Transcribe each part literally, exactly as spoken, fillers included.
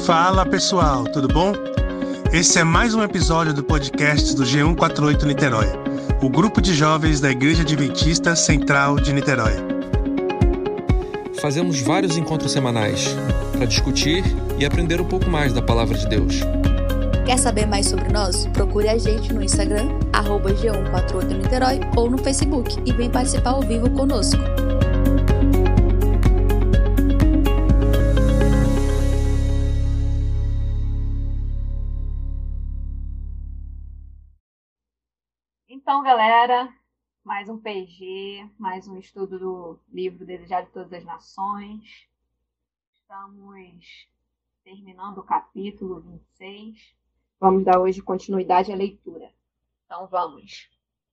Fala pessoal, tudo bom? Esse é mais um episódio do podcast do G cento e quarenta e oito Niterói, o grupo de jovens da Igreja Adventista Central de Niterói. Fazemos vários encontros semanais para discutir e aprender um pouco mais da Palavra de Deus. Quer saber mais sobre nós? Procure a gente no Instagram, arroba G cento e quarenta e oito Niterói, ou no Facebook e vem participar ao vivo conosco. Então, galera, mais um P G, mais um estudo do livro Desejado de Todas as Nações. Estamos terminando o capítulo vinte e seis. Vamos dar hoje continuidade à leitura. Então, vamos.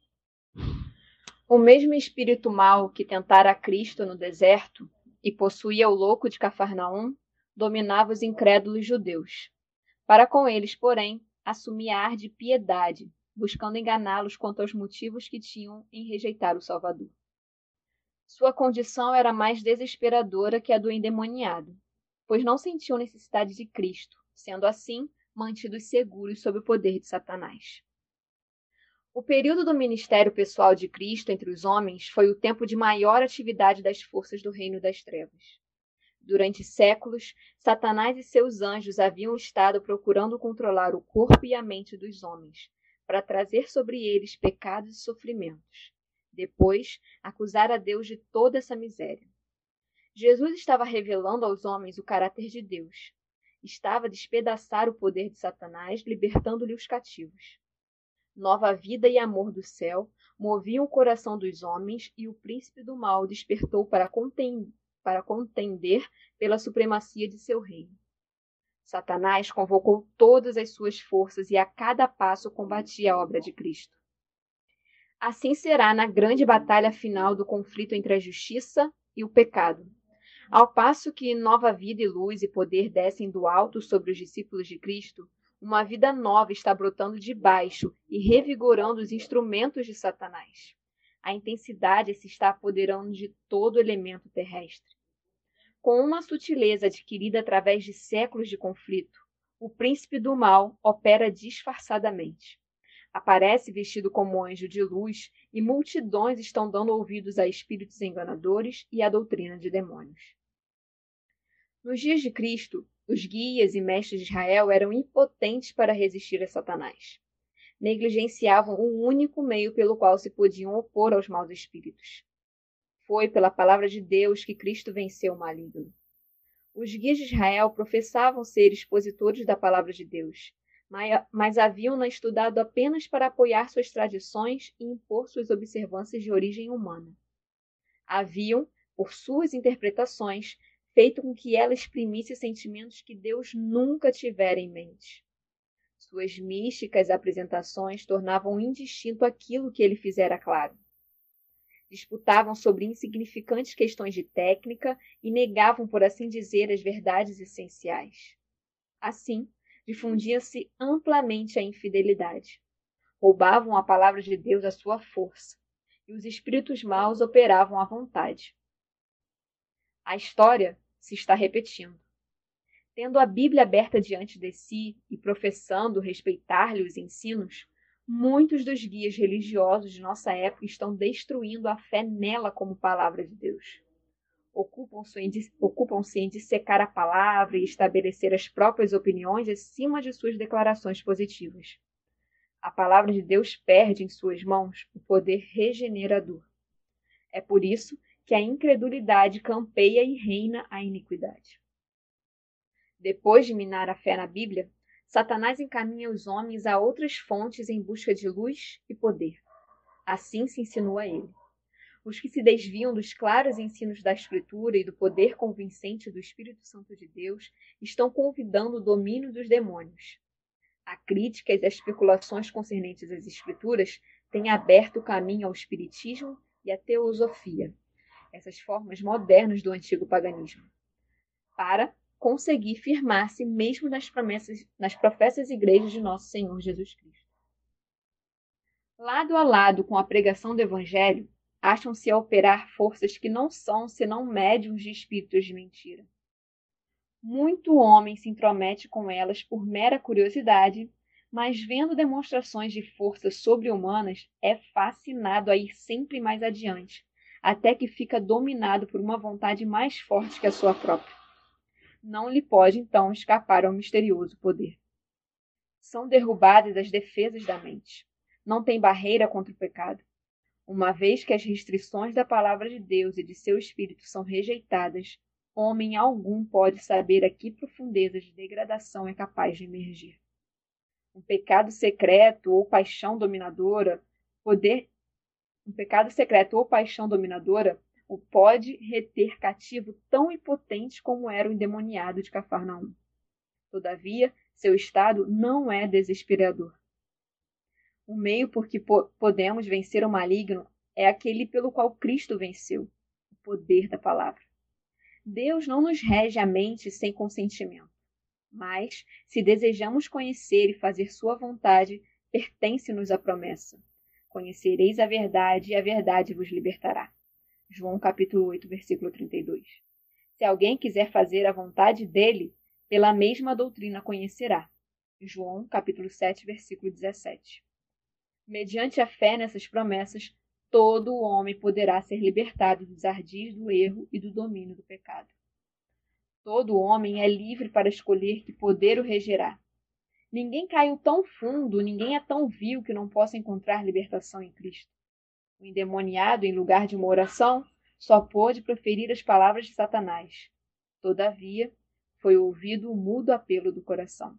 O mesmo espírito mau que tentara a Cristo no deserto e possuía o louco de Cafarnaum, dominava os incrédulos judeus. Para com eles, porém, assumia ar de piedade, buscando enganá-los quanto aos motivos que tinham em rejeitar o Salvador. Sua condição era mais desesperadora que a do endemoniado, pois não sentiam necessidade de Cristo, sendo assim mantidos seguros sob o poder de Satanás. O período do ministério pessoal de Cristo entre os homens foi o tempo de maior atividade das forças do reino das trevas. Durante séculos, Satanás e seus anjos haviam estado procurando controlar o corpo e a mente dos homens, para trazer sobre eles pecados e sofrimentos. Depois, acusar a Deus de toda essa miséria. Jesus estava revelando aos homens o caráter de Deus. Estava a despedaçar o poder de Satanás, libertando-lhe os cativos. Nova vida e amor do céu moviam o coração dos homens e o príncipe do mal despertou para contender, para contender pela supremacia de seu reino. Satanás convocou todas as suas forças e a cada passo combatia a obra de Cristo. Assim será na grande batalha final do conflito entre a justiça e o pecado. Ao passo que nova vida e luz e poder descem do alto sobre os discípulos de Cristo, uma vida nova está brotando de baixo e revigorando os instrumentos de Satanás. A intensidade se está apoderando de todo elemento terrestre. Com uma sutileza adquirida através de séculos de conflito, o príncipe do mal opera disfarçadamente. Aparece vestido como anjo de luz e multidões estão dando ouvidos a espíritos enganadores e à doutrina de demônios. Nos dias de Cristo, os guias e mestres de Israel eram impotentes para resistir a Satanás. Negligenciavam o único meio pelo qual se podiam opor aos maus espíritos. Foi pela palavra de Deus que Cristo venceu o maligno. Os guias de Israel professavam ser expositores da palavra de Deus, mas haviam-na estudado apenas para apoiar suas tradições e impor suas observâncias de origem humana. Haviam, por suas interpretações, feito com que ela exprimisse sentimentos que Deus nunca tivera em mente. Suas místicas apresentações tornavam indistinto aquilo que ele fizera claro. Disputavam sobre insignificantes questões de técnica e negavam, por assim dizer, as verdades essenciais. Assim, difundia-se amplamente a infidelidade. Roubavam a palavra de Deus à sua força, e os espíritos maus operavam à vontade. A história se está repetindo. Tendo a Bíblia aberta diante de si e professando respeitar-lhe os ensinos, muitos dos guias religiosos de nossa época estão destruindo a fé nela como palavra de Deus. Ocupam-se em, ocupam-se em dissecar a palavra e estabelecer as próprias opiniões acima de suas declarações positivas. A palavra de Deus perde em suas mãos o poder regenerador. É por isso que a incredulidade campeia e reina a iniquidade. Depois de minar a fé na Bíblia, Satanás encaminha os homens a outras fontes em busca de luz e poder. Assim se insinua ele. Os que se desviam dos claros ensinos da Escritura e do poder convincente do Espírito Santo de Deus estão convidando o domínio dos demônios. A crítica e as especulações concernentes às Escrituras têm aberto o caminho ao Espiritismo e à Teosofia, essas formas modernas do antigo paganismo, para conseguir firmar-se mesmo nas promessas, nas professas igrejas de nosso Senhor Jesus Cristo. Lado a lado com a pregação do Evangelho, acham-se a operar forças que não são senão médiuns de espíritos de mentira. Muito homem se intromete com elas por mera curiosidade, mas vendo demonstrações de força sobre-humanas, é fascinado a ir sempre mais adiante, até que fica dominado por uma vontade mais forte que a sua própria. Não lhe pode, então, escapar ao misterioso poder. São derrubadas as defesas da mente. Não tem barreira contra o pecado. Uma vez que as restrições da palavra de Deus e de seu Espírito são rejeitadas, homem algum pode saber a que profundezas de degradação é capaz de emergir. Um pecado secreto ou paixão dominadora, poder, um pecado secreto ou paixão dominadora o pode reter cativo tão impotente como era o endemoniado de Cafarnaum. Todavia, seu estado não é desesperador. O meio por que po- podemos vencer o maligno é aquele pelo qual Cristo venceu, o poder da palavra. Deus não nos rege a mente sem consentimento, mas, se desejamos conhecer e fazer sua vontade, pertence-nos a promessa. Conhecereis a verdade e a verdade vos libertará. João capítulo oito, versículo trinta e dois. Se alguém quiser fazer a vontade dele, pela mesma doutrina conhecerá. João capítulo sete, versículo dezessete. Mediante a fé nessas promessas, todo o homem poderá ser libertado dos ardis do erro e do domínio do pecado. Todo homem é livre para escolher que poder o regerá. Ninguém caiu tão fundo, ninguém é tão vil que não possa encontrar libertação em Cristo. O endemoniado, em lugar de uma oração, só pôde proferir as palavras de Satanás. Todavia, foi ouvido o mudo apelo do coração.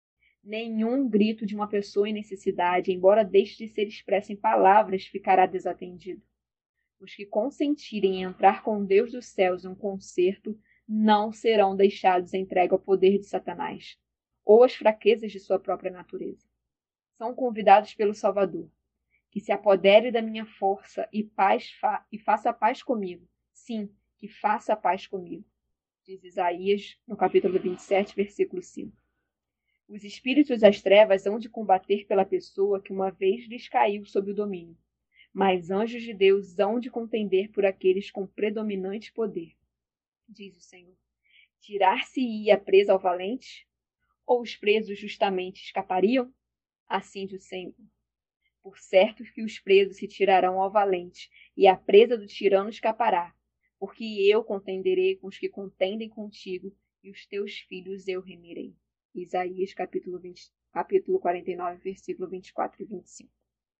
Nenhum grito de uma pessoa em necessidade, embora deixe de ser expresso em palavras, ficará desatendido. Os que consentirem em entrar com Deus dos céus em um concerto não serão deixados entregue ao poder de Satanás, ou às fraquezas de sua própria natureza. São convidados pelo Salvador, que se apodere da minha força e, paz fa- e faça paz comigo. Sim, que faça paz comigo, diz Isaías, no capítulo vinte e sete, versículo cinco. Os espíritos das trevas hão de combater pela pessoa que uma vez lhes caiu sob o domínio, mas anjos de Deus hão de contender por aqueles com predominante poder, diz o Senhor. Tirar-se-ia presa ao valente? Ou os presos justamente escapariam? Assim diz o Senhor. Por certo que os presos se tirarão ao valente, e a presa do tirano escapará, porque eu contenderei com os que contendem contigo, e os teus filhos eu remirei. Isaías capítulo, vinte, capítulo quarenta e nove, versículo vinte e quatro e vinte e cinco.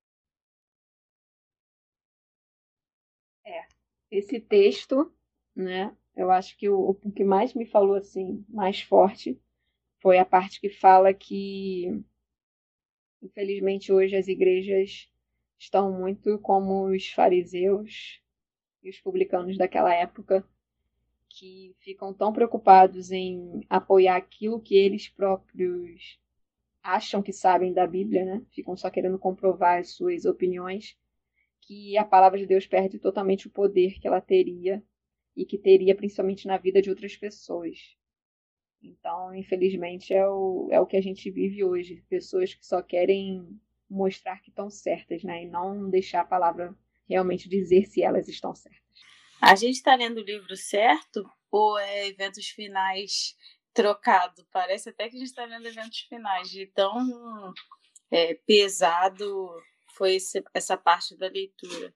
É, esse texto, né, eu acho que o, o que mais me falou assim, mais forte, foi a parte que fala que, infelizmente, hoje as igrejas estão muito como os fariseus e os publicanos daquela época, que ficam tão preocupados em apoiar aquilo que eles próprios acham que sabem da Bíblia, né? Ficam só querendo comprovar as suas opiniões, que a palavra de Deus perde totalmente o poder que ela teria e que teria principalmente na vida de outras pessoas. Então, infelizmente, é o, é o que a gente vive hoje. Pessoas que só querem mostrar que estão certas, né? E não deixar a palavra realmente dizer se elas estão certas. A gente está lendo o livro certo ou é Eventos Finais trocado? Parece até que a gente está lendo Eventos Finais, de tão é, pesado foi esse, essa parte da leitura.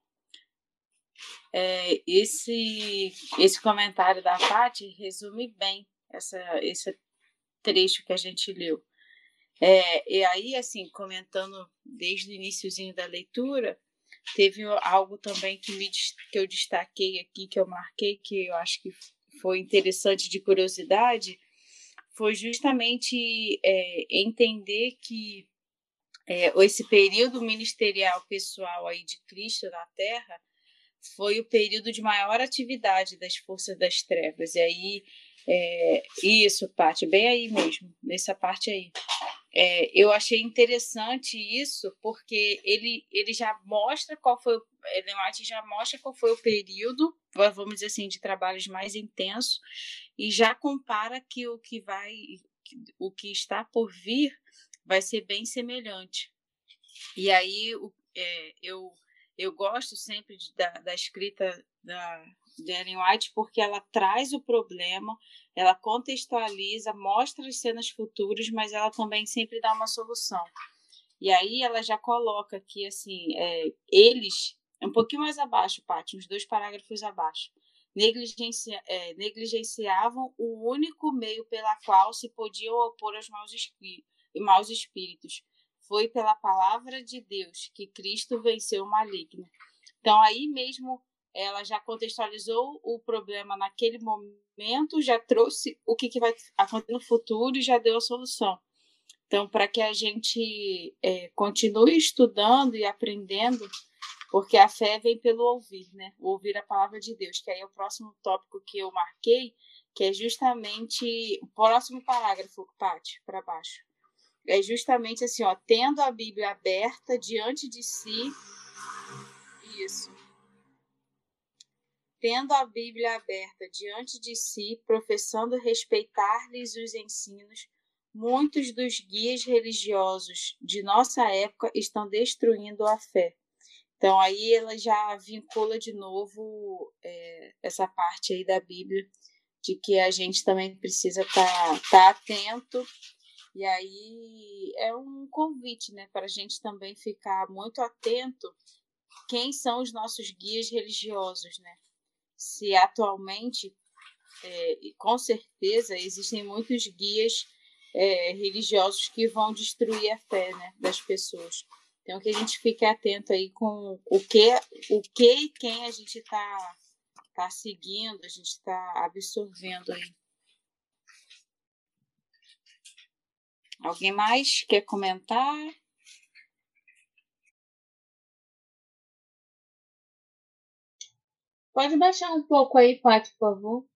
É, esse, esse comentário da Paty resume bem essa, esse trecho que a gente leu. É, e aí, assim, comentando desde o iniciozinho da leitura, teve algo também que, me, que eu destaquei aqui, que eu marquei, que eu acho que foi interessante de curiosidade, foi justamente é, entender que é, esse período ministerial pessoal aí de Cristo na Terra foi o período de maior atividade das forças das trevas. E aí, é, isso, Paty, bem aí mesmo, nessa parte aí. É, eu achei interessante isso, porque ele, ele já mostra qual foi, Ellen White já mostra qual foi o período, vamos dizer assim, de trabalhos mais intensos, e já compara que o que vai, o que está por vir vai ser bem semelhante. E aí, é, eu, eu gosto sempre de, da, da escrita da, de Ellen White, porque ela traz o problema, ela contextualiza, mostra as cenas futuras, mas ela também sempre dá uma solução. E aí ela já coloca aqui, assim, é, eles, um pouquinho mais abaixo, Paty, uns dois parágrafos abaixo, negligencia, é, negligenciavam o único meio pela qual se podiam opor aos maus, espí- maus espíritos. Foi pela palavra de Deus que Cristo venceu o maligno. Então, aí mesmo ela já contextualizou o problema naquele momento, já trouxe o que, que vai acontecer no futuro e já deu a solução. Então, para que a gente é, continue estudando e aprendendo, porque a fé vem pelo ouvir, né? O ouvir a palavra de Deus, que aí é o próximo tópico que eu marquei, que é justamente o próximo parágrafo, Paty, para baixo. É justamente assim, ó, tendo a Bíblia aberta diante de si, isso. Tendo a Bíblia aberta diante de si, professando respeitar-lhes os ensinos, muitos dos guias religiosos de nossa época estão destruindo a fé. Então, aí ela já vincula de novo é, essa parte aí da Bíblia, de que a gente também precisa estar tá, tá atento. E aí é um convite, né, para a gente também ficar muito atento quem são os nossos guias religiosos, né? Se atualmente, é, com certeza, existem muitos guias é, religiosos que vão destruir a fé, né, das pessoas. Então, que a gente fique atento aí com o que, o que e quem a gente está tá seguindo, a gente está absorvendo aí. Alguém mais quer comentar? Pode baixar um pouco aí, Paty, por favor.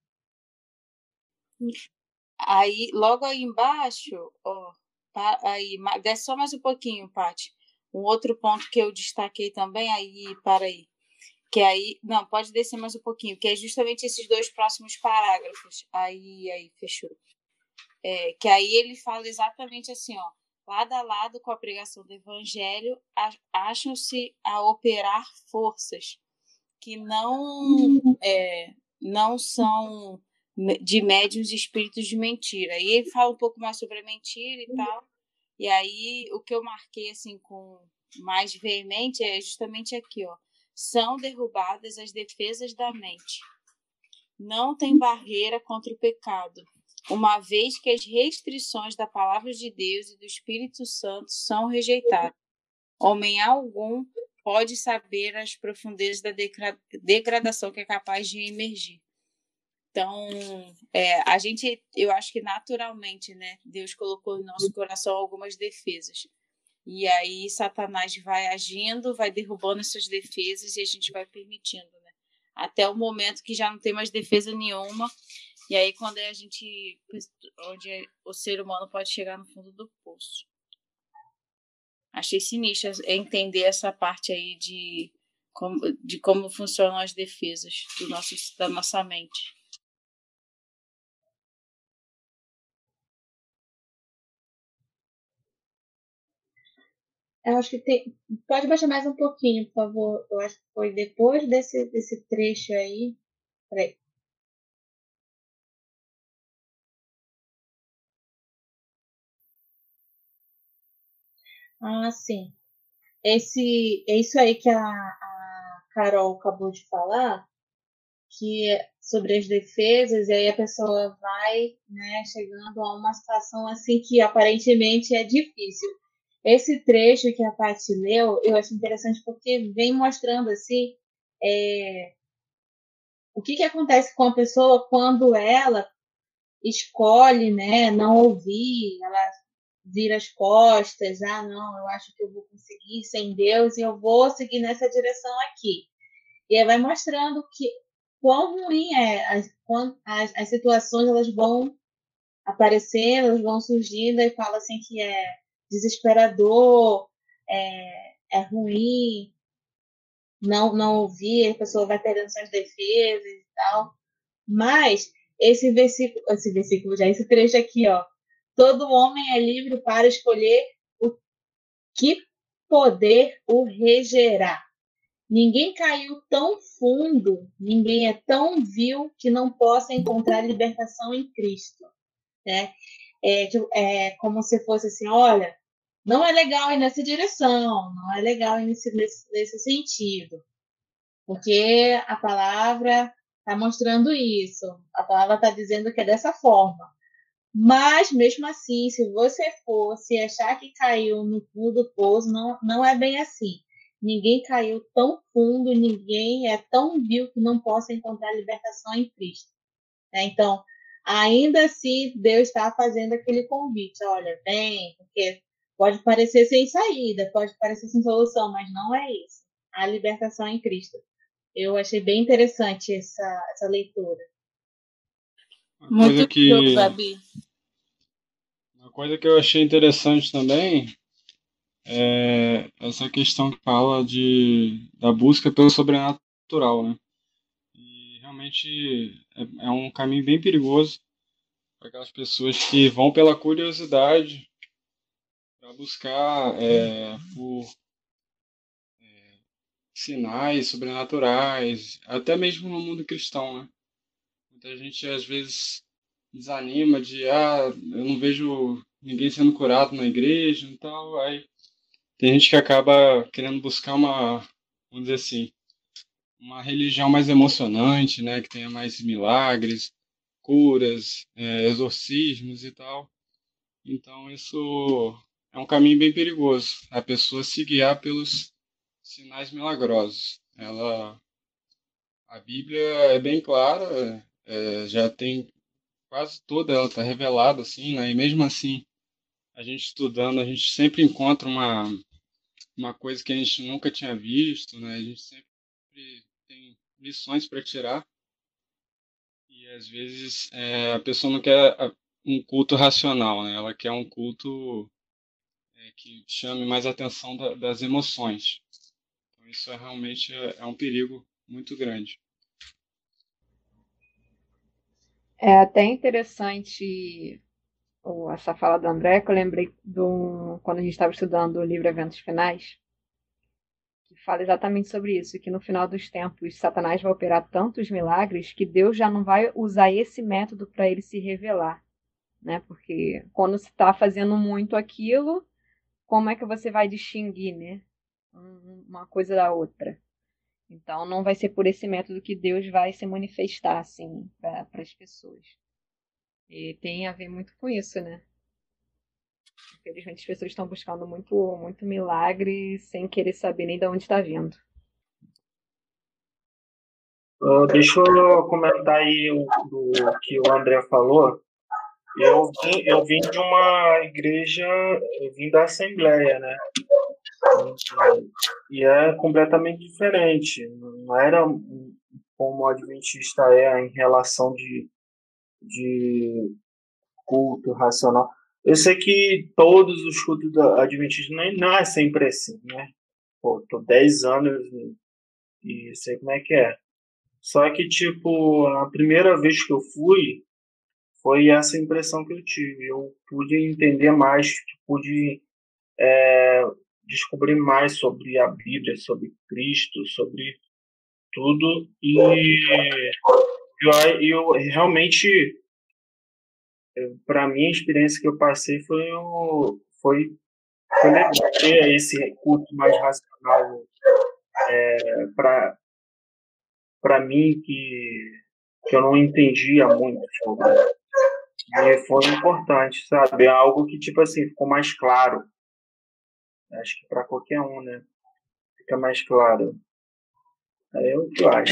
Aí, logo aí embaixo, ó, aí, desce só mais um pouquinho, Paty. Um outro ponto que eu destaquei também, aí, para aí. Que aí, não, pode descer mais um pouquinho, que é justamente esses dois próximos parágrafos. Aí, aí, fechou. É, que aí ele fala exatamente assim, ó. Lado a lado com a pregação do evangelho, acham-se a operar forças que não, é, não são de médiuns e espíritos de mentira. E ele fala um pouco mais sobre a mentira e tal. E aí, o que eu marquei assim com mais veemente é justamente aqui, ó. São derrubadas as defesas da mente. Não tem barreira contra o pecado, uma vez que as restrições da palavra de Deus e do Espírito Santo são rejeitadas. Homem algum pode saber as profundezas da degradação que é capaz de emergir. Então, é, a gente, eu acho que naturalmente, né, Deus colocou no nosso coração algumas defesas. E aí Satanás vai agindo, vai derrubando essas defesas e a gente vai permitindo, né? Até o momento que já não tem mais defesa nenhuma. E aí quando a gente, onde o ser humano pode chegar no fundo do poço. Achei sinistro entender essa parte aí de como, de como funcionam as defesas do nosso, da nossa mente. Eu acho que tem. Pode baixar mais um pouquinho, por favor. Eu acho que foi depois desse, desse trecho aí. Peraí. Ah, sim. Esse, é isso aí que a, a Carol acabou de falar, que é sobre as defesas, e aí a pessoa vai, né, chegando a uma situação assim que aparentemente é difícil. Esse trecho que a Paty leu, eu acho interessante porque vem mostrando assim é, o que, que acontece com a pessoa quando ela escolhe, né, não ouvir, ela vira as costas, ah, não, eu acho que eu vou conseguir sem Deus e eu vou seguir nessa direção aqui. E aí vai mostrando que quão ruim é, as, as, as situações elas vão aparecendo, elas vão surgindo e fala assim que é desesperador, é, é ruim, não, não ouvir, a pessoa vai perdendo suas defesas e tal. Mas esse versículo, esse versículo já, esse trecho aqui, ó. Todo homem é livre para escolher o que poder o regerá. Ninguém caiu tão fundo, ninguém é tão vil que não possa encontrar libertação em Cristo. Né? É, tipo, é como se fosse assim, olha, não é legal ir nessa direção, não é legal ir nesse, nesse, nesse sentido, porque a palavra está mostrando isso, a palavra está dizendo que é dessa forma. Mas, mesmo assim, se você for, se achar que caiu no fundo do poço, não, não é bem assim. Ninguém caiu tão fundo, ninguém é tão vil que não possa encontrar libertação em Cristo. Né? Então, ainda assim, Deus está fazendo aquele convite. Olha, vem, porque pode parecer sem saída, pode parecer sem solução, mas não é isso. A libertação em Cristo. Eu achei bem interessante essa, essa leitura. Uma Muito coisa que, show, Gabi. uma coisa que eu achei interessante também é essa questão que fala de, da busca pelo sobrenatural, né? E realmente é, é um caminho bem perigoso para aquelas pessoas que vão pela curiosidade para buscar é, por é, sinais sobrenaturais, até mesmo no mundo cristão, né? Muita gente às vezes desanima de, ah, eu não vejo ninguém sendo curado na igreja e tal, aí tem gente que acaba querendo buscar uma, vamos dizer assim, uma religião mais emocionante, né, que tenha mais milagres, curas, é, exorcismos e tal. Então isso é um caminho bem perigoso, a pessoa se guiar pelos sinais milagrosos. Ela, a Bíblia é bem clara, é, já tem quase toda ela está revelada assim, né? E mesmo assim, a gente estudando, a gente sempre encontra uma uma coisa que a gente nunca tinha visto, né? A gente sempre tem lições para tirar e às vezes é, a pessoa não quer um culto racional, né? Ela quer um culto é, que chame mais a atenção da, das emoções. Então isso é realmente é, é um perigo muito grande. É até interessante o- essa fala do André, que eu lembrei do, quando a gente estava estudando o livro Eventos Finais, que fala exatamente sobre isso, que no final dos tempos Satanás vai operar tantos milagres que Deus já não vai usar esse método para ele se revelar, né? Porque quando se está fazendo muito aquilo, como é que você vai distinguir, né? um- Uma coisa da outra. Então não vai ser por esse método que Deus vai se manifestar assim para as pessoas. E tem a ver muito com isso, né? Infelizmente as pessoas estão buscando muito, muito milagre sem querer saber nem de onde está vindo. Uh, deixa eu comentar aí o do que o André falou. Eu vim, eu vim de uma igreja, eu vim da Assembleia, né? E é completamente diferente. Não era como o Adventista é em relação de, de culto racional. Eu sei que todos os cultos da Adventista não, não é sempre assim, né? Pô, tô dez anos e, e sei como é que é. Só que, tipo, a primeira vez que eu fui, foi essa impressão que eu tive. Eu pude entender mais, pude é, descobrir mais sobre a Bíblia, sobre Cristo, sobre tudo. E eu, eu realmente, para mim, a experiência que eu passei foi, o, foi, foi legal ter esse culto mais racional é, para para mim, que, que eu não entendia muito sobre. E foi importante, sabe? É algo que, tipo assim, ficou mais claro. Acho que para qualquer um, né? Fica mais claro. É o que eu acho.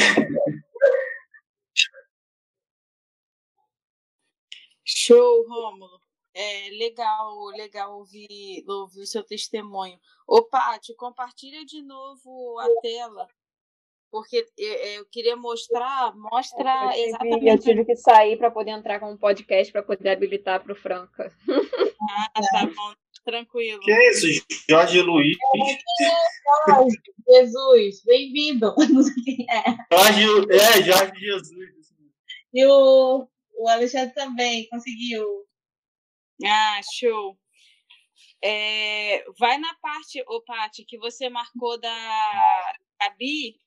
Show, Rômulo. É legal, legal ouvir, ouvir o seu testemunho. Ô, Paty, compartilha de novo a tela, porque eu, eu queria mostrar, mostra eu tive, exatamente. Eu tive que sair para poder entrar com um podcast para poder habilitar para o Franca. Ah, tá bom, tranquilo. Que é isso, Jorge Luiz? Jesus, bem-vindo. Jorge, é, Jorge Jesus. E o, o Alexandre também conseguiu. Ah, show. É, vai na parte, ô Paty, que você marcou da, Gabi,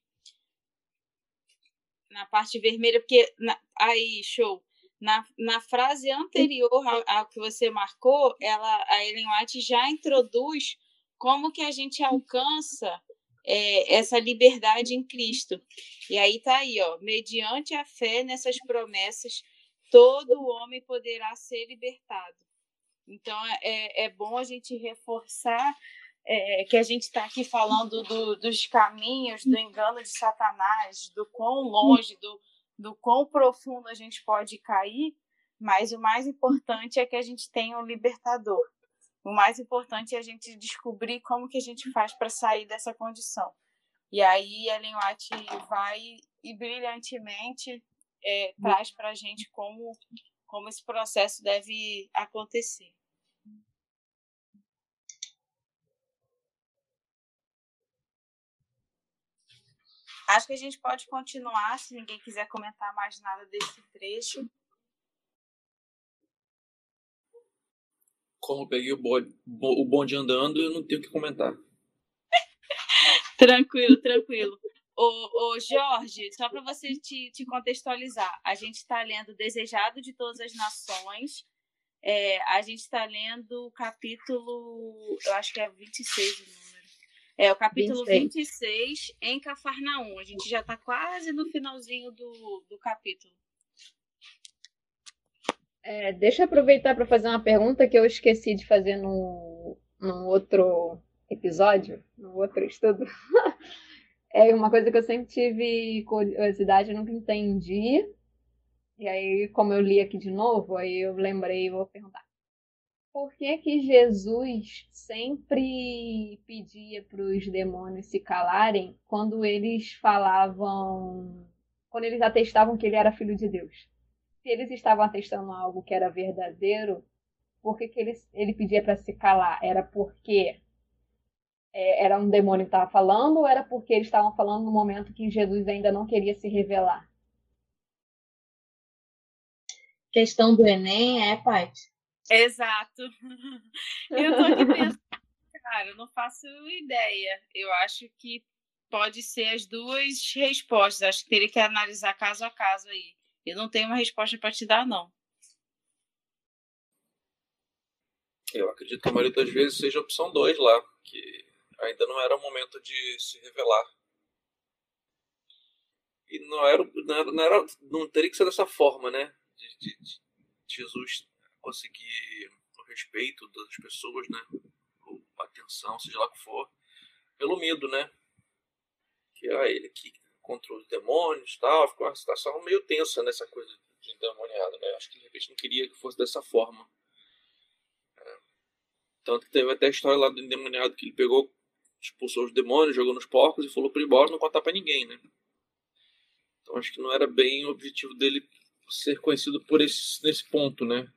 na parte vermelha, porque na, aí, show. Na, na frase anterior ao que você marcou, ela, a Ellen White já introduz como que a gente alcança é, essa liberdade em Cristo. E aí tá aí, ó, mediante a fé nessas promessas, todo homem poderá ser libertado. Então, é, é bom a gente reforçar é, que a gente está aqui falando do, dos caminhos, do engano de Satanás, do quão longe, do, do quão profundo a gente pode cair, mas o mais importante é que a gente tenha um libertador. O mais importante é a gente descobrir como que a gente faz para sair dessa condição. E aí, Ellen White vai e brilhantemente é, traz para a gente como, como esse processo deve acontecer. Acho que a gente pode continuar, se ninguém quiser comentar mais nada desse trecho. Como eu peguei o bonde, o bonde andando, eu não tenho o que comentar. Tranquilo, tranquilo. Ô, ô Jorge, só para você te, te contextualizar, a gente está lendo Desejado de Todas as Nações, é, a gente está lendo o capítulo, eu acho que é vinte e seis o número. É, o capítulo vinte e seis em Cafarnaum. A gente já está quase no finalzinho do, do capítulo. É, deixa eu aproveitar para fazer uma pergunta que eu esqueci de fazer no, no outro episódio, no outro estudo. É uma coisa que eu sempre tive curiosidade, eu nunca entendi. E aí, como eu li aqui de novo, aí eu lembrei e vou perguntar. Por que que Jesus sempre pedia para os demônios se calarem quando eles falavam, quando eles atestavam que ele era filho de Deus? Se eles estavam atestando algo que era verdadeiro, por que que ele, ele pedia para se calar? Era porque é, era um demônio que estava falando ou era porque eles estavam falando no momento que Jesus ainda não queria se revelar? Questão do Enem é, Paty? Exato. Eu tô aqui pensando, cara, eu não faço ideia. Eu acho que pode ser as duas respostas. Acho que teria que analisar caso a caso aí. Eu não tenho uma resposta para te dar, não. Eu acredito que a maioria das vezes seja a opção dois lá, que ainda não era o momento de se revelar. E não era, não era, não, era, não teria que ser dessa forma, né? De, de, de Jesus conseguir o respeito das pessoas, né? Ou a atenção, seja lá o que for, pelo medo, né? Que era ele que contra os demônios e tal, ficou uma situação meio tensa nessa coisa de endemoniado, né? Acho que de repente não queria que fosse dessa forma. É. Tanto que teve até a história lá do endemoniado que ele pegou, expulsou os demônios, jogou nos porcos e falou para ir embora, não contar para ninguém, né? Então acho que não era bem o objetivo dele ser conhecido por esse, nesse ponto, né?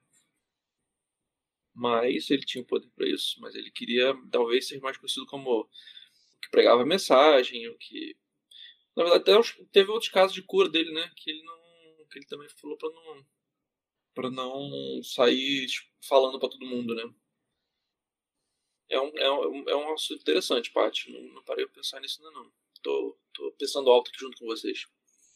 Mas ele tinha o poder para isso. Mas ele queria talvez ser mais conhecido como o que pregava a mensagem, o que... Na verdade, até teve outros casos de cura dele, né? Que ele não, que ele também falou para não, para não sair falando para todo mundo, né? É um, é um, é um assunto interessante, Paty. Não, não parei de pensar nisso ainda não. Tô, tô pensando alto aqui junto com vocês.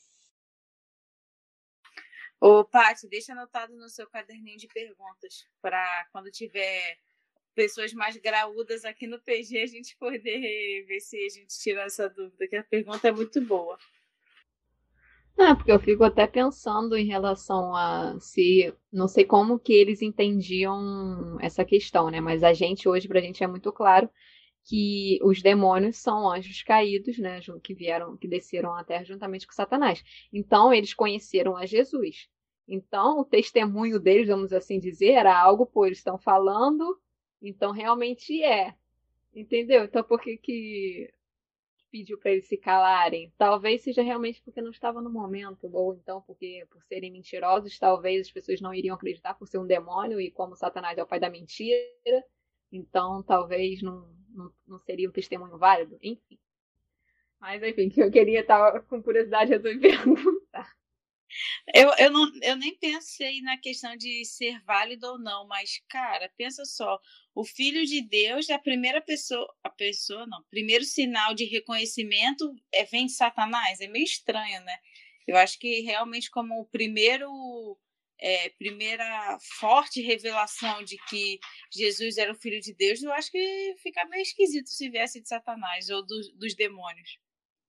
Ô, Paty, deixa anotado no seu caderninho de perguntas para quando tiver pessoas mais graúdas aqui no P G a gente poder ver se a gente tira essa dúvida, que a pergunta é muito boa. É, porque eu fico até pensando em relação a se... Não sei como que eles entendiam essa questão, né? Mas a gente, hoje, pra gente é muito claro que os demônios são anjos caídos, né? Que vieram, que desceram à Terra juntamente com Satanás. Então, eles conheceram a Jesus. Então, o testemunho deles, vamos assim dizer, era algo, pô, eles estão falando, então realmente é. Entendeu? Então, por que que pediu para eles se calarem? Talvez seja realmente porque não estava no momento, ou então porque por serem mentirosos, talvez as pessoas não iriam acreditar por ser um demônio, e como Satanás é o pai da mentira, então talvez não, não, não seria um testemunho válido, enfim. Mas enfim, que eu queria estar com curiosidade, eu resolvi perguntar. Eu, eu, não, eu nem pensei na questão de ser válido ou não, mas, cara, pensa só, o Filho de Deus é a primeira pessoa, a pessoa não, primeiro sinal de reconhecimento é, vem de Satanás, é meio estranho, né? Eu acho que realmente como o primeiro, é, primeira forte revelação de que Jesus era o Filho de Deus, eu acho que fica meio esquisito se viesse de Satanás ou do, dos demônios.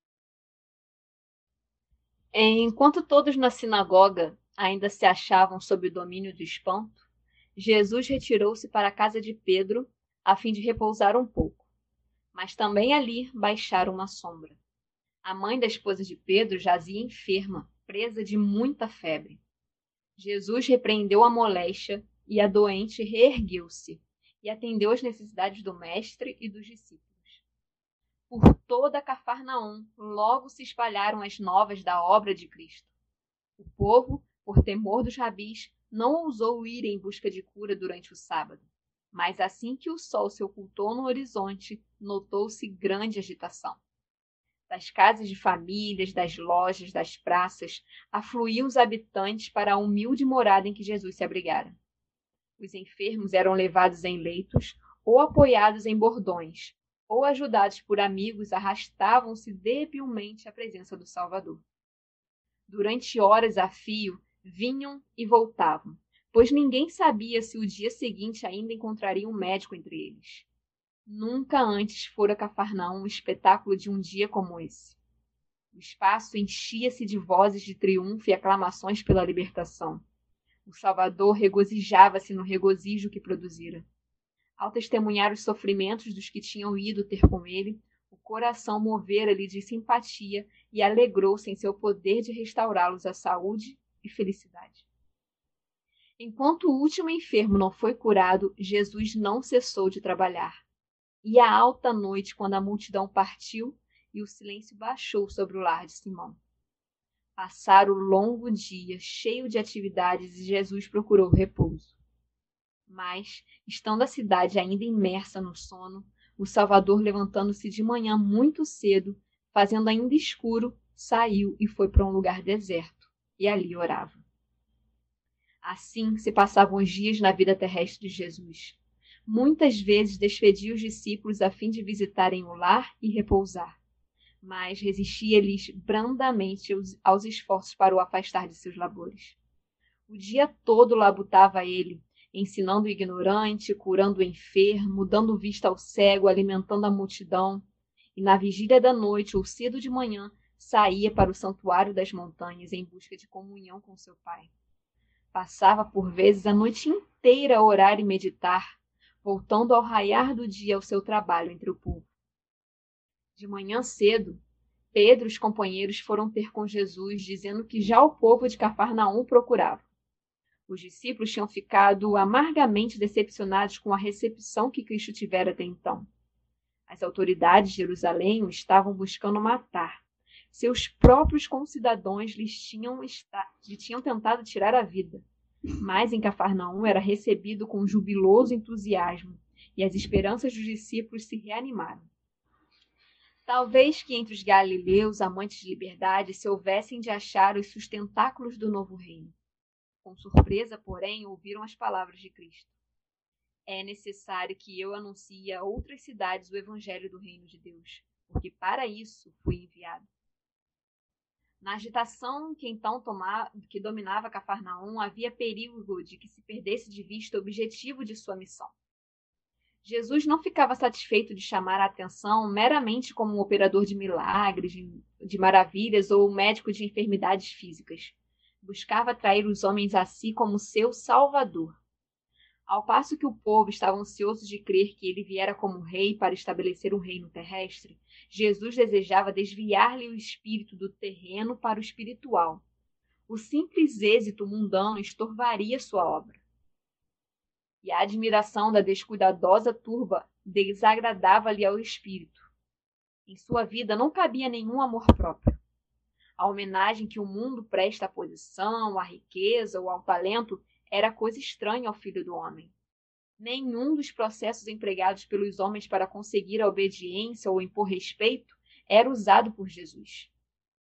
Enquanto todos na sinagoga ainda se achavam sob o domínio do espanto, Jesus retirou-se para a casa de Pedro, a fim de repousar um pouco. Mas também ali baixaram uma sombra. A mãe da esposa de Pedro jazia enferma, presa de muita febre. Jesus repreendeu a moléstia e a doente reergueu-se e atendeu às necessidades do mestre e dos discípulos. Por toda Cafarnaum logo se espalharam as novas da obra de Cristo. O povo, por temor dos rabis, não ousou ir em busca de cura durante o sábado. Mas assim que o sol se ocultou no horizonte, notou-se grande agitação. Das casas de famílias, das lojas, das praças, afluíam os habitantes para a humilde morada em que Jesus se abrigara. Os enfermos eram levados em leitos ou apoiados em bordões, ou ajudados por amigos, arrastavam-se debilmente à presença do Salvador. Durante horas a fio, vinham e voltavam, pois ninguém sabia se o dia seguinte ainda encontraria um médico entre eles. Nunca antes fora Cafarnaum um espetáculo de um dia como esse. O espaço enchia-se de vozes de triunfo e aclamações pela libertação. O Salvador regozijava-se no regozijo que produzira. Ao testemunhar os sofrimentos dos que tinham ido ter com ele, o coração movera-lhe de simpatia e alegrou-se em seu poder de restaurá-los à saúde e felicidade. Enquanto o último enfermo não foi curado, Jesus não cessou de trabalhar. E à alta noite, quando a multidão partiu e o silêncio baixou sobre o lar de Simão. Passaram o longo dia, cheio de atividades, e Jesus procurou repouso. Mas, estando a cidade ainda imersa no sono, o Salvador, levantando-se de manhã muito cedo, fazendo ainda escuro, saiu e foi para um lugar deserto, e ali orava. Assim se passavam os dias na vida terrestre de Jesus. Muitas vezes despedia os discípulos a fim de visitarem o lar e repousar, mas resistia-lhes brandamente aos esforços para o afastar de seus labores. O dia todo labutava ele, ensinando o ignorante, curando o enfermo, dando vista ao cego, alimentando a multidão, e na vigília da noite ou cedo de manhã saía para o santuário das montanhas em busca de comunhão com seu Pai. Passava por vezes a noite inteira a orar e meditar, voltando ao raiar do dia ao seu trabalho entre o povo. De manhã cedo, Pedro e os companheiros foram ter com Jesus, dizendo que já o povo de Cafarnaum procurava. Os discípulos tinham ficado amargamente decepcionados com a recepção que Cristo tivera até então. As autoridades de Jerusalém o estavam buscando matar. Seus próprios concidadãos lhes tinham, lhe tinham tentado tirar a vida. Mas em Cafarnaum era recebido com jubiloso entusiasmo, e as esperanças dos discípulos se reanimaram. Talvez que entre os galileus, amantes de liberdade, se houvessem de achar os sustentáculos do novo reino. Com surpresa, porém, ouviram as palavras de Cristo. É necessário que eu anuncie a outras cidades o evangelho do reino de Deus, porque para isso fui enviado. Na agitação que então tomava, que dominava Cafarnaum, havia perigo de que se perdesse de vista o objetivo de sua missão. Jesus não ficava satisfeito de chamar a atenção meramente como um operador de milagres, de, de maravilhas ou médico de enfermidades físicas. Buscava atrair os homens a si como seu salvador. Ao passo que o povo estava ansioso de crer que ele viera como rei para estabelecer um reino terrestre, Jesus desejava desviar-lhe o espírito do terreno para o espiritual. O simples êxito mundano estorvaria sua obra. E a admiração da descuidadosa turba desagradava-lhe ao espírito. Em sua vida não cabia nenhum amor próprio. A homenagem que o mundo presta à posição, à riqueza ou ao talento era coisa estranha ao Filho do Homem. Nenhum dos processos empregados pelos homens para conseguir a obediência ou impor respeito era usado por Jesus.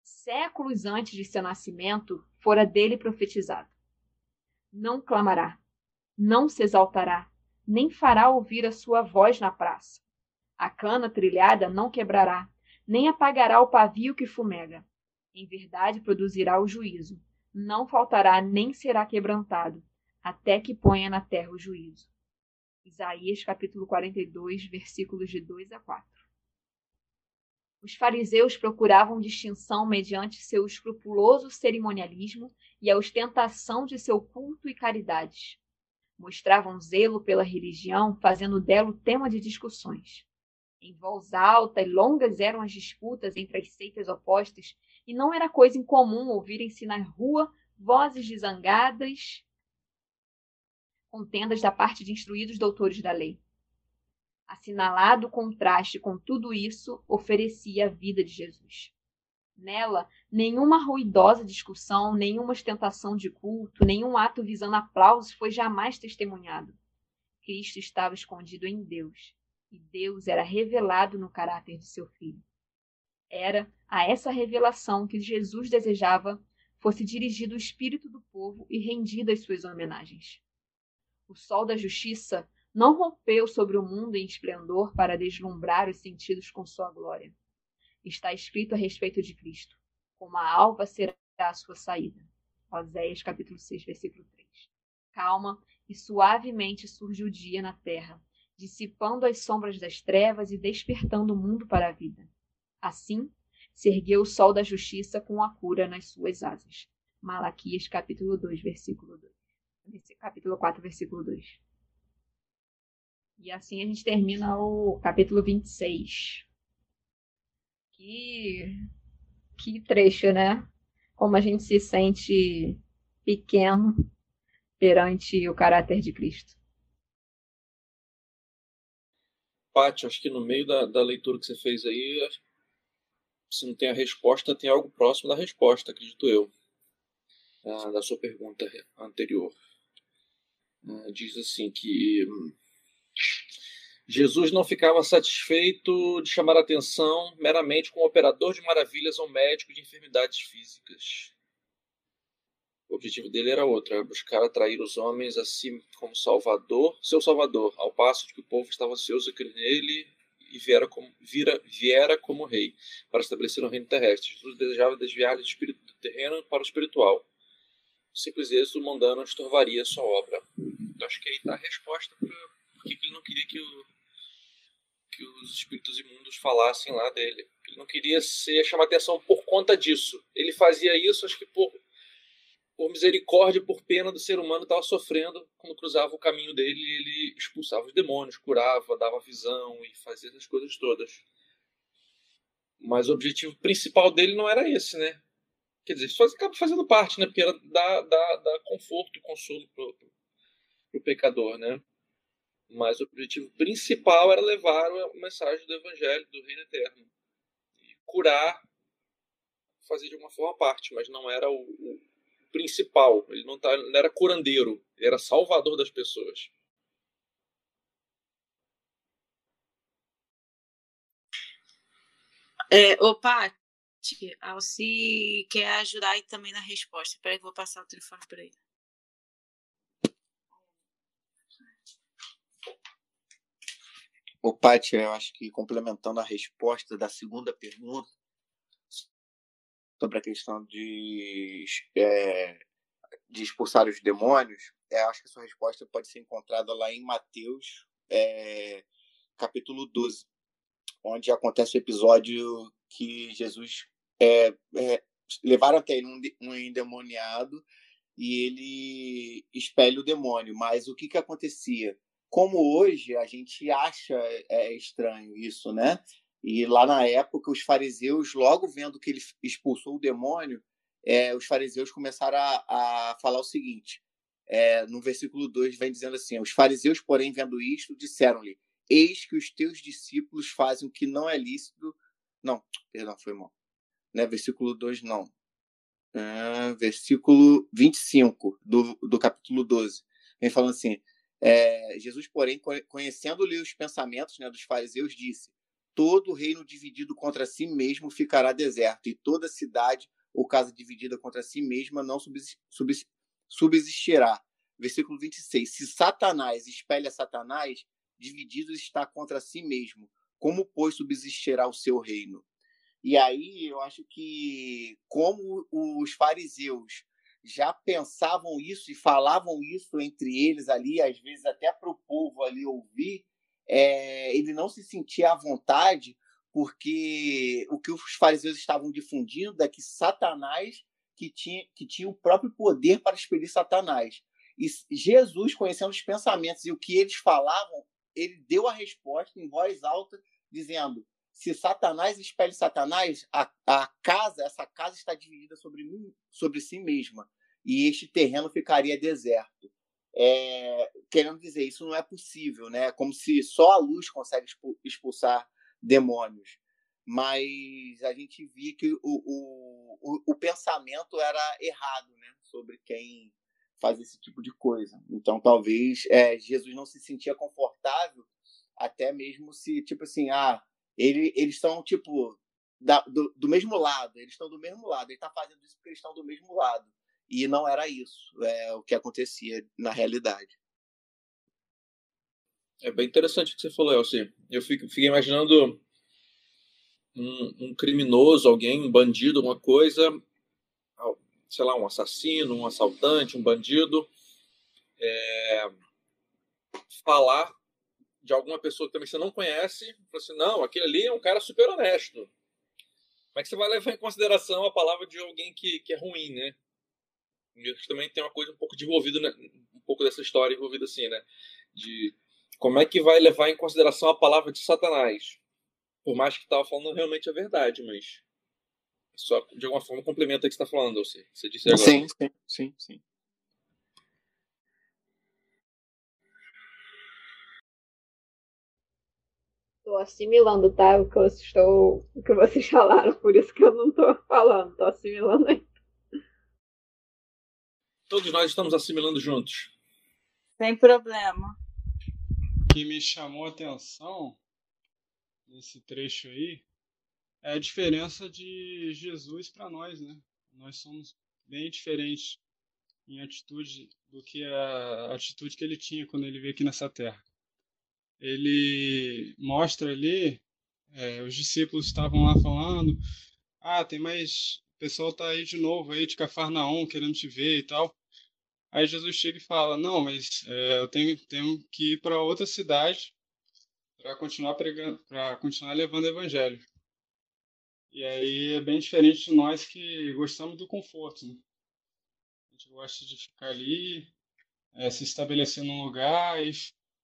séculos antes de seu nascimento, fora dele profetizado. Não clamará, não se exaltará, nem fará ouvir a sua voz na praça. A cana trilhada não quebrará, nem apagará o pavio que fumega. Em verdade produzirá o juízo, não faltará nem será quebrantado, até que ponha na terra o juízo. Isaías capítulo quarenta e dois, versículos de dois a quatro. Os fariseus procuravam distinção mediante seu escrupuloso cerimonialismo e a ostentação de seu culto e caridades. Mostravam zelo pela religião, fazendo dela tema de discussões. Em voz alta e longas eram as disputas entre as seitas opostas, e não era coisa incomum ouvirem-se na rua vozes de zangadas, contendas da parte de instruídos doutores da lei. Assinalado o contraste com tudo isso, oferecia a vida de Jesus. Nela, nenhuma ruidosa discussão, nenhuma ostentação de culto, nenhum ato visando aplausos foi jamais testemunhado. Cristo estava escondido em Deus, e Deus era revelado no caráter de seu Filho. Era a essa revelação que Jesus desejava fosse dirigido o espírito do povo e rendido as suas homenagens. O sol da justiça não rompeu sobre o mundo em esplendor para deslumbrar os sentidos com sua glória. Está escrito a respeito de Cristo: como a alva será a sua saída. Oséias capítulo seis, versículo três. Calma e suavemente surge o dia na terra, dissipando as sombras das trevas e despertando o mundo para a vida. Assim, se ergueu o sol da justiça com a cura nas suas asas. Malaquias capítulo dois, versículo dois. Capítulo quatro, versículo dois. E assim a gente termina o capítulo vinte e seis. Que, que trecho, né? Como a gente se sente pequeno perante o caráter de Cristo. Paty, acho que no meio da, da leitura que você fez aí, se não tem a resposta, tem algo próximo da resposta, acredito eu, ah, da sua pergunta anterior. Ah, diz assim que Jesus não ficava satisfeito de chamar a atenção meramente como operador de maravilhas ou médico de enfermidades físicas. O objetivo dele era outro, era buscar atrair os homens a si como salvador, seu salvador, ao passo de que o povo estava ansioso a crer nele e viera como, vira, viera como rei, para estabelecer um reino terrestre. Jesus desejava desviar do espírito do terreno para o espiritual. O simples êxito mundano estorvaria sua obra. Então, acho que aí está a resposta para por que ele não queria que, o, que os espíritos imundos falassem lá dele. Ele não queria ser, chamar atenção por conta disso. Ele fazia isso, acho que por, por misericórdia, por pena do ser humano que estava sofrendo. Quando cruzava o caminho dele, ele expulsava os demônios, curava, dava visão e fazia essas coisas todas. Mas o objetivo principal dele não era esse, né? Quer dizer, isso acaba fazendo parte, né? Porque era dar, dar, dar conforto e consolo para o pecador, né? Mas o objetivo principal era levar a mensagem do Evangelho, do Reino Eterno. E curar, fazer de alguma forma parte, mas não era o, o principal. Ele não, tá, não era curandeiro, ele era salvador das pessoas. É, ô, Paty, a Alci quer ajudar aí também na resposta. Espera que eu vou passar o telefone para ele. Ô, Paty, eu acho que complementando a resposta da segunda pergunta sobre a questão de, é, de expulsar os demônios, eu acho que a sua resposta pode ser encontrada lá em Mateus, é, capítulo doze, onde acontece o episódio que Jesus é, é, levaram até ele um, um endemoniado e ele expele o demônio. Mas o que, que acontecia? Como hoje a gente acha é, estranho isso, né? E lá na época, os fariseus, logo vendo que ele expulsou o demônio, é, os fariseus começaram a, a falar o seguinte, é, no versículo dois vem dizendo assim, os fariseus, porém, vendo isto, disseram-lhe, eis que os teus discípulos fazem o que não é lícito... Não, perdão, foi mal. Não é versículo dois, não. É, versículo vinte e cinco do, do capítulo doze. Vem falando assim, É, Jesus, porém, conhecendo-lhe os pensamentos, né, dos fariseus, disse, todo reino dividido contra si mesmo ficará deserto, e toda cidade ou casa dividida contra si mesma não subsistirá. Versículo vinte e seis. Se Satanás espelha Satanás, dividido está contra si mesmo. Como, pois, subsistirá o seu reino? E aí eu acho que, como os fariseus já pensavam isso e falavam isso entre eles ali, às vezes até para o povo ali ouvir, é, ele não se sentia à vontade, porque o que os fariseus estavam difundindo é que Satanás que tinha, que tinha o próprio poder para expelir Satanás. E Jesus, conhecendo os pensamentos e o que eles falavam, ele deu a resposta em voz alta, dizendo: se Satanás expele Satanás, a, a casa, essa casa está dividida sobre, mim, sobre si mesma, e este terreno ficaria deserto. É, querendo dizer, isso não é possível, né? Como se só a luz consegue expulsar demônios. Mas a gente via que o, o, o, o pensamento era errado, né? Sobre quem faz esse tipo de coisa. Então, talvez é, Jesus não se sentia confortável, até mesmo se, tipo assim, ah, ele, eles estão, tipo, da, do, do mesmo lado, eles estão do mesmo lado, ele está fazendo isso porque eles estão do mesmo lado. E não era isso, é, o que acontecia na realidade. É bem interessante o que você falou, Elci. Eu fico, fico imaginando um, um criminoso, alguém, um bandido, alguma coisa, sei lá, um assassino, um assaltante, um bandido, é, falar de alguma pessoa que também você não conhece, falar assim, não, aquele ali é um cara super honesto. Como é que você vai levar em consideração a palavra de alguém que, que é ruim, né? E também tem uma coisa um pouco envolvida, né? Um pouco dessa história envolvida assim, né? De como é que vai levar em consideração a palavra de Satanás? Por mais que estava falando realmente a verdade, mas só de alguma forma complementa o que você está falando, você, você disse agora. Sim, sim, sim, sim. Estou assimilando, tá? O que eu estou, o que vocês falaram, por isso que eu não estou falando, estou assimilando aí. Todos nós estamos assimilando juntos. Sem problema. O que me chamou a atenção nesse trecho aí é a diferença de Jesus para nós, né? Nós somos bem diferentes em atitude do que a atitude que ele tinha quando ele veio aqui nessa terra. Ele mostra ali, é, os discípulos estavam lá falando, ah, tem mais, o pessoal tá aí de novo aí de Cafarnaum querendo te ver e tal. Aí Jesus chega e fala, não, mas é, eu tenho, tenho que ir para outra cidade para continuar pregando, para continuar levando o evangelho. E aí é bem diferente de nós que gostamos do conforto, né? A gente gosta de ficar ali, é, se estabelecer num lugar e,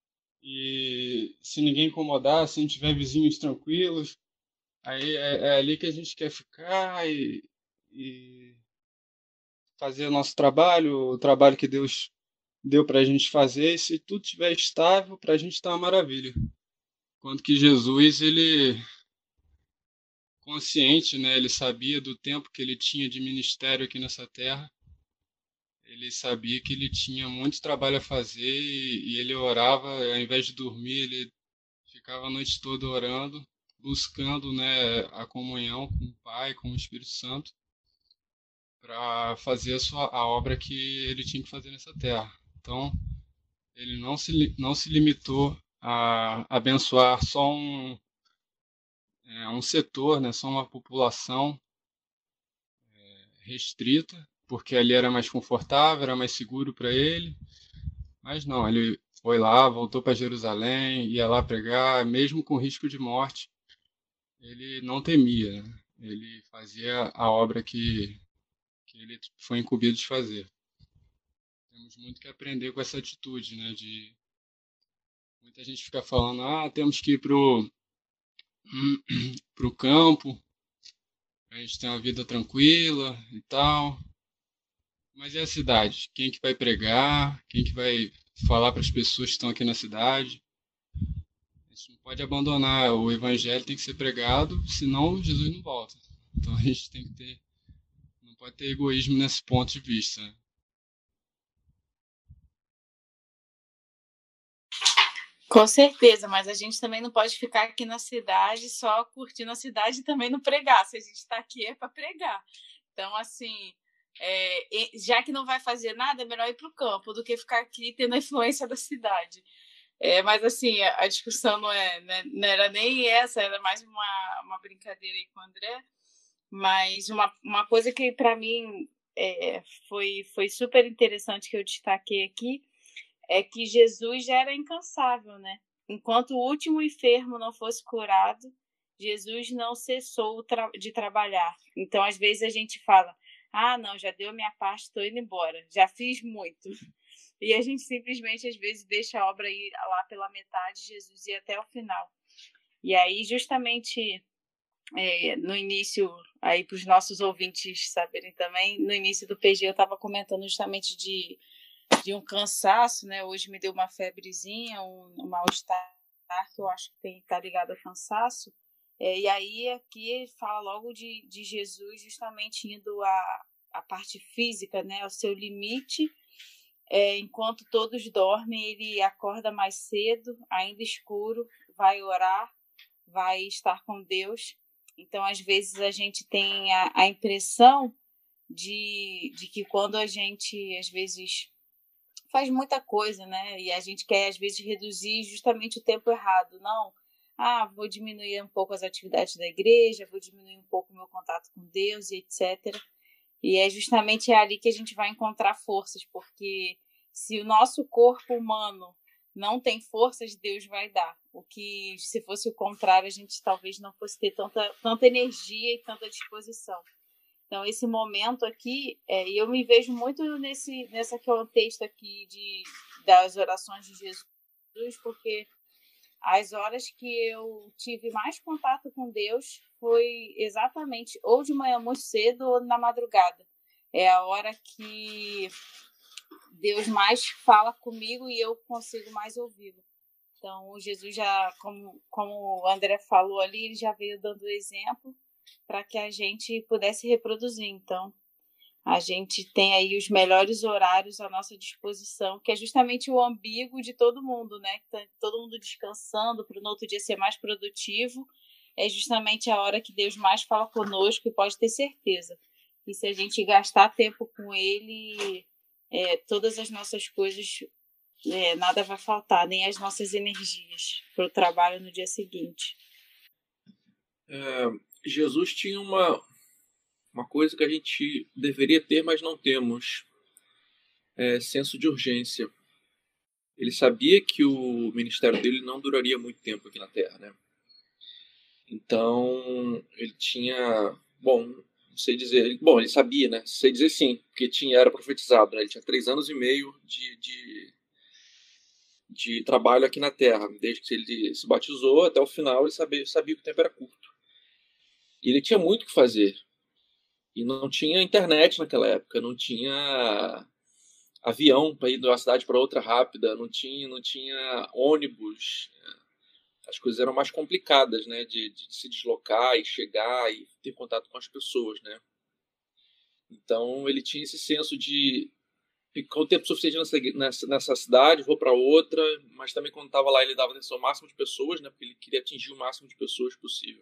e se ninguém incomodar, se não tiver vizinhos tranquilos, aí é, é ali que a gente quer ficar e, e fazer o nosso trabalho, o trabalho que Deus deu para a gente fazer, e se tudo estiver estável, para a gente está uma maravilha. Enquanto que Jesus, ele consciente, né, ele sabia do tempo que ele tinha de ministério aqui nessa terra, ele sabia que ele tinha muito trabalho a fazer e, e ele orava, ao invés de dormir, ele ficava a noite toda orando, buscando, né, a comunhão com o Pai, com o Espírito Santo, para fazer a, sua, a obra que ele tinha que fazer nessa terra. Então, ele não se, não se limitou a abençoar só um, é, um setor, né, só uma população é, restrita, porque ali era mais confortável, era mais seguro para ele. Mas não, ele foi lá, voltou para Jerusalém, ia lá pregar, mesmo com risco de morte. Ele não temia, né? Ele fazia a obra que, que ele foi incumbido de fazer. Temos muito que aprender com essa atitude, né? De muita gente fica falando, ah, temos que ir pro pro campo, a gente tem uma vida tranquila e tal. Mas e a cidade? Quem que vai pregar? Quem que vai falar para as pessoas que estão aqui na cidade? A gente não pode abandonar, o evangelho tem que ser pregado, senão Jesus não volta. Então a gente tem que ter, não pode ter egoísmo nesse ponto de vista. Com certeza, mas a gente também não pode ficar aqui na cidade só curtindo a cidade e também não pregar. Se a gente está aqui é para pregar. Então, assim, é, já que não vai fazer nada, é melhor ir para o campo do que ficar aqui tendo a influência da cidade. É, mas, assim, a discussão não, é, né, não era nem essa, era mais uma, uma brincadeira aí com o André. Mas uma, uma coisa que, para mim, é, foi, foi super interessante que eu destaquei aqui é que Jesus já era incansável, né? Enquanto o último enfermo não fosse curado, Jesus não cessou de trabalhar. Então, às vezes, a gente fala, ah, não, já deu minha parte, estou indo embora, já fiz muito. E a gente simplesmente, às vezes, deixa a obra ir lá pela metade, Jesus ir até o final. E aí, justamente, é, no início, aí para os nossos ouvintes saberem também, no início do P G eu estava comentando justamente de de um cansaço, né? Hoje me deu uma febrezinha, um, um mal-estar que eu acho que tem tá ligado a cansaço. É, e aí aqui fala logo de, de Jesus justamente indo à, à parte física, né? Ao seu limite. É, enquanto todos dormem, ele acorda mais cedo, ainda escuro, vai orar, vai estar com Deus. Então, às vezes, a gente tem a, a impressão de, de que quando a gente, às vezes, faz muita coisa, né? E a gente quer, às vezes, reduzir justamente o tempo errado. Não, ah, vou diminuir um pouco as atividades da igreja, vou diminuir um pouco o meu contato com Deus e etcétera. E é justamente ali que a gente vai encontrar forças, porque se o nosso corpo humano não tem forças, Deus vai dar. O que, se fosse o contrário, a gente talvez não fosse ter tanta, tanta energia e tanta disposição. Então, esse momento aqui, é, eu me vejo muito nesse nessa contexto aqui de, das orações de Jesus, porque as horas que eu tive mais contato com Deus foi exatamente ou de manhã muito cedo ou na madrugada. É a hora que Deus mais fala comigo e eu consigo mais ouvi-lo. Então, o Jesus já, como, como o André falou ali, ele já veio dando exemplo para que a gente pudesse reproduzir. Então, a gente tem aí os melhores horários à nossa disposição, que é justamente o ambíguo de todo mundo, né? Todo mundo descansando para no outro dia ser mais produtivo. É justamente a hora que Deus mais fala conosco e pode ter certeza. E se a gente gastar tempo com Ele, é, todas as nossas coisas, é, nada vai faltar, nem as nossas energias para o trabalho no dia seguinte. É, Jesus tinha uma, uma coisa que a gente deveria ter, mas não temos. É, senso de urgência. Ele sabia que o ministério dele não duraria muito tempo aqui na Terra, né? Então, ele tinha... Bom, não sei dizer... Bom, ele sabia, né? Sei dizer sim, porque tinha, era profetizado, né? Ele tinha três anos e meio de, de, de trabalho aqui na Terra. Desde que ele se batizou até o final, ele sabia, sabia que o tempo era curto. E ele tinha muito o que fazer. E não tinha internet naquela época, não tinha avião para ir de uma cidade para outra rápida, não tinha, não tinha ônibus. As coisas eram mais complicadas, né, de, de se deslocar e chegar e ter contato com as pessoas, né. Então ele tinha esse senso de ficar o tempo suficiente nessa, nessa, nessa cidade, vou para outra, mas também quando estava lá ele dava atenção ao máximo de pessoas, né, porque ele queria atingir o máximo de pessoas possível.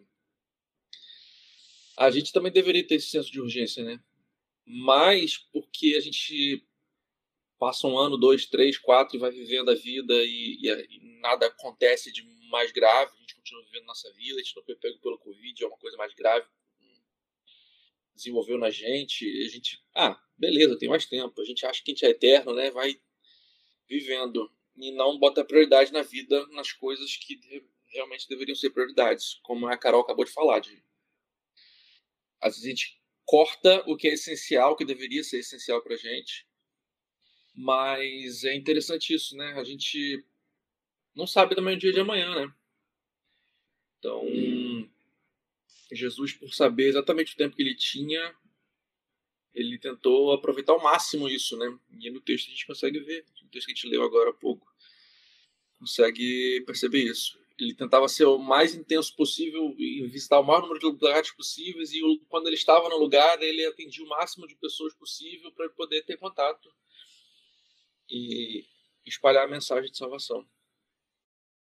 A gente também deveria ter esse senso de urgência, né, mas porque a gente passa um ano, dois, três, quatro e vai vivendo a vida e, e, e nada acontece de mais grave, a gente continua vivendo nossa vida, a gente não foi pego pelo Covid, é uma coisa mais grave, desenvolveu na gente, a gente, ah, beleza, tem mais tempo, a gente acha que a gente é eterno, né, vai vivendo e não bota prioridade na vida, nas coisas que realmente deveriam ser prioridades, como a Carol acabou de falar. De, às vezes a gente corta o que é essencial, o que deveria ser essencial pra gente. Mas é interessante isso, né? A gente não sabe também o dia de amanhã, né? Então, Jesus, por saber exatamente o tempo que ele tinha, ele tentou aproveitar ao máximo isso, né? E no texto a gente consegue ver, no texto que a gente leu agora há pouco, consegue perceber isso. Ele tentava ser o mais intenso possível e visitar o maior número de lugares possíveis, e quando ele estava no lugar, ele atendia o máximo de pessoas possível para poder ter contato e espalhar a mensagem de salvação.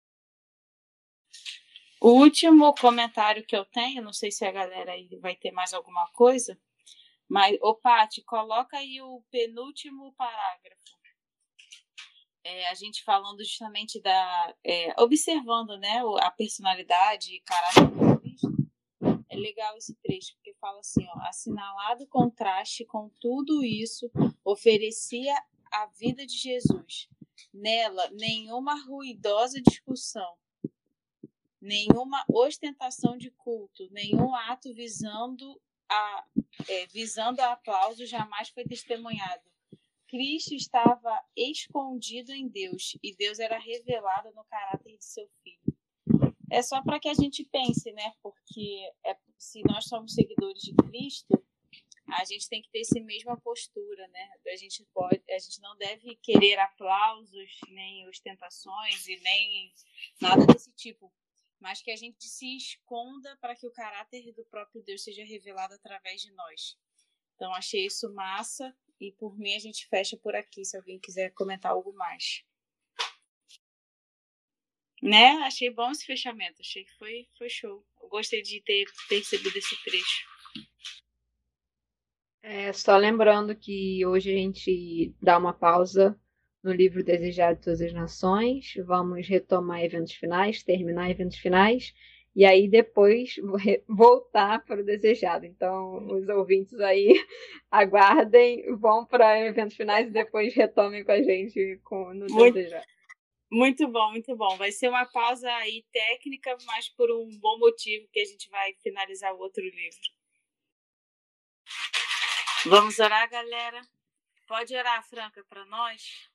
O último comentário que eu tenho, não sei se a galera aí vai ter mais alguma coisa, mas, ô Paty, coloca aí o penúltimo parágrafo. É, a gente falando justamente da... É, observando, né, a personalidade e caráter do Cristo. É legal esse trecho, porque fala assim, ó, assinalado o contraste com tudo isso, oferecia a vida de Jesus. Nela, nenhuma ruidosa discussão, nenhuma ostentação de culto, nenhum ato visando a, é, visando a aplauso jamais foi testemunhado. Cristo estava escondido em Deus e Deus era revelado no caráter de seu Filho. É só para que a gente pense, né? Porque é, se nós somos seguidores de Cristo, a gente tem que ter essa mesma postura, né? A gente, pode, a gente não deve querer aplausos, nem ostentações e nem nada desse tipo, mas que a gente se esconda para que o caráter do próprio Deus seja revelado através de nós. Então, achei isso massa e, por mim, a gente fecha por aqui, se alguém quiser comentar algo mais. Né? Achei bom esse fechamento, achei que foi, foi show. Eu gostei de ter percebido esse trecho. É, só lembrando que hoje a gente dá uma pausa no livro Desejado de Todas as Nações, vamos retomar eventos finais, terminar eventos finais, e aí depois voltar para o Desejado. Então, os ouvintes aí aguardem, vão para eventos finais e depois retomem com a gente com, no Muito, Desejado. Muito bom, muito bom. Vai ser uma pausa aí técnica, mas por um bom motivo, que a gente vai finalizar o outro livro. Vamos orar, galera? Pode orar, Franca, para nós?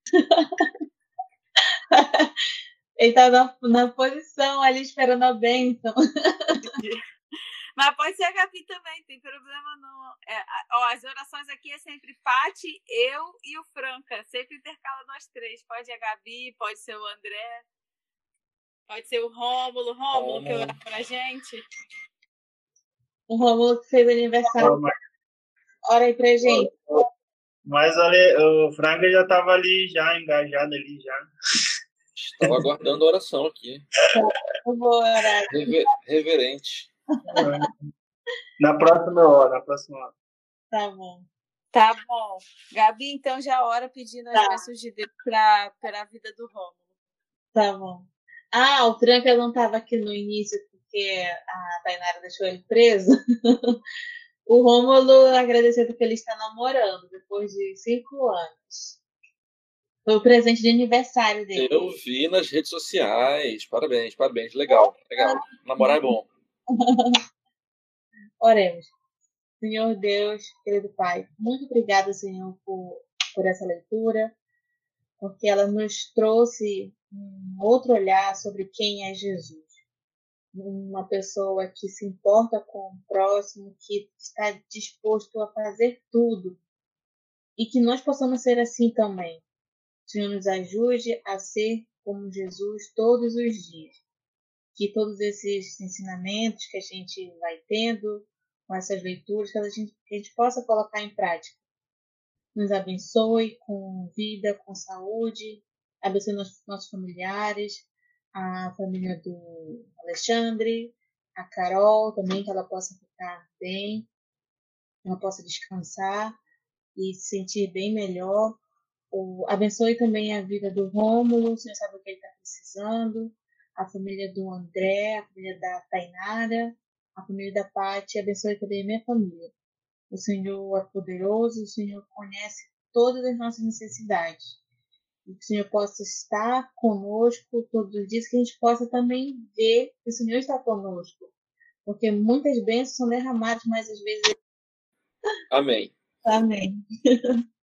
Ele tá na, na posição ali esperando a bênção. Mas pode ser a Gabi também, tem problema não. É, ó, as orações aqui é sempre Paty, eu e o Franca. Sempre intercala nós três. Pode a Gabi, pode ser o André, pode ser o Rômulo. Rômulo, que orar pra gente. O Rômulo que fez aniversário. Ora aí pra gente. Mas olha, o Franca já estava ali, já engajado ali, já. Estava aguardando a oração aqui. Eu vou orar. Rever, reverente. Na próxima hora, na próxima hora. Tá bom. Tá bom. Gabi, então já ora pedindo as tá. bênçãos de Deus para a vida do Rômulo. Tá bom. Ah, o Franca não estava aqui no início porque a Tainara deixou ele preso. O Rômulo agradeceu porque ele está namorando depois de cinco anos. Foi o presente de aniversário dele. Eu vi nas redes sociais. Parabéns, parabéns. Legal, legal. Namorar é bom. Oremos. Senhor Deus, querido Pai, muito obrigada, Senhor, por, por essa leitura, porque ela nos trouxe um outro olhar sobre quem é Jesus. Uma pessoa que se importa com o próximo, que está disposto a fazer tudo. E que nós possamos ser assim também. O Senhor nos ajude a ser como Jesus todos os dias. Que todos esses ensinamentos que a gente vai tendo, com essas leituras, que a gente, que a gente possa colocar em prática. Nos abençoe com vida, com saúde, abençoe nossos, nossos familiares, a família do Alexandre, a Carol também, que ela possa ficar bem, que ela possa descansar e se sentir bem melhor. O, abençoe também a vida do Rômulo, o Senhor sabe o que ele está precisando, a família do André, a família da Tainara, a família da Paty, abençoe também a minha família. O Senhor é poderoso, o Senhor conhece todas as nossas necessidades. Que o Senhor possa estar conosco todos os dias, que a gente possa também ver que o Senhor está conosco. Porque muitas bênçãos são derramadas, mas às vezes... Amém. Amém.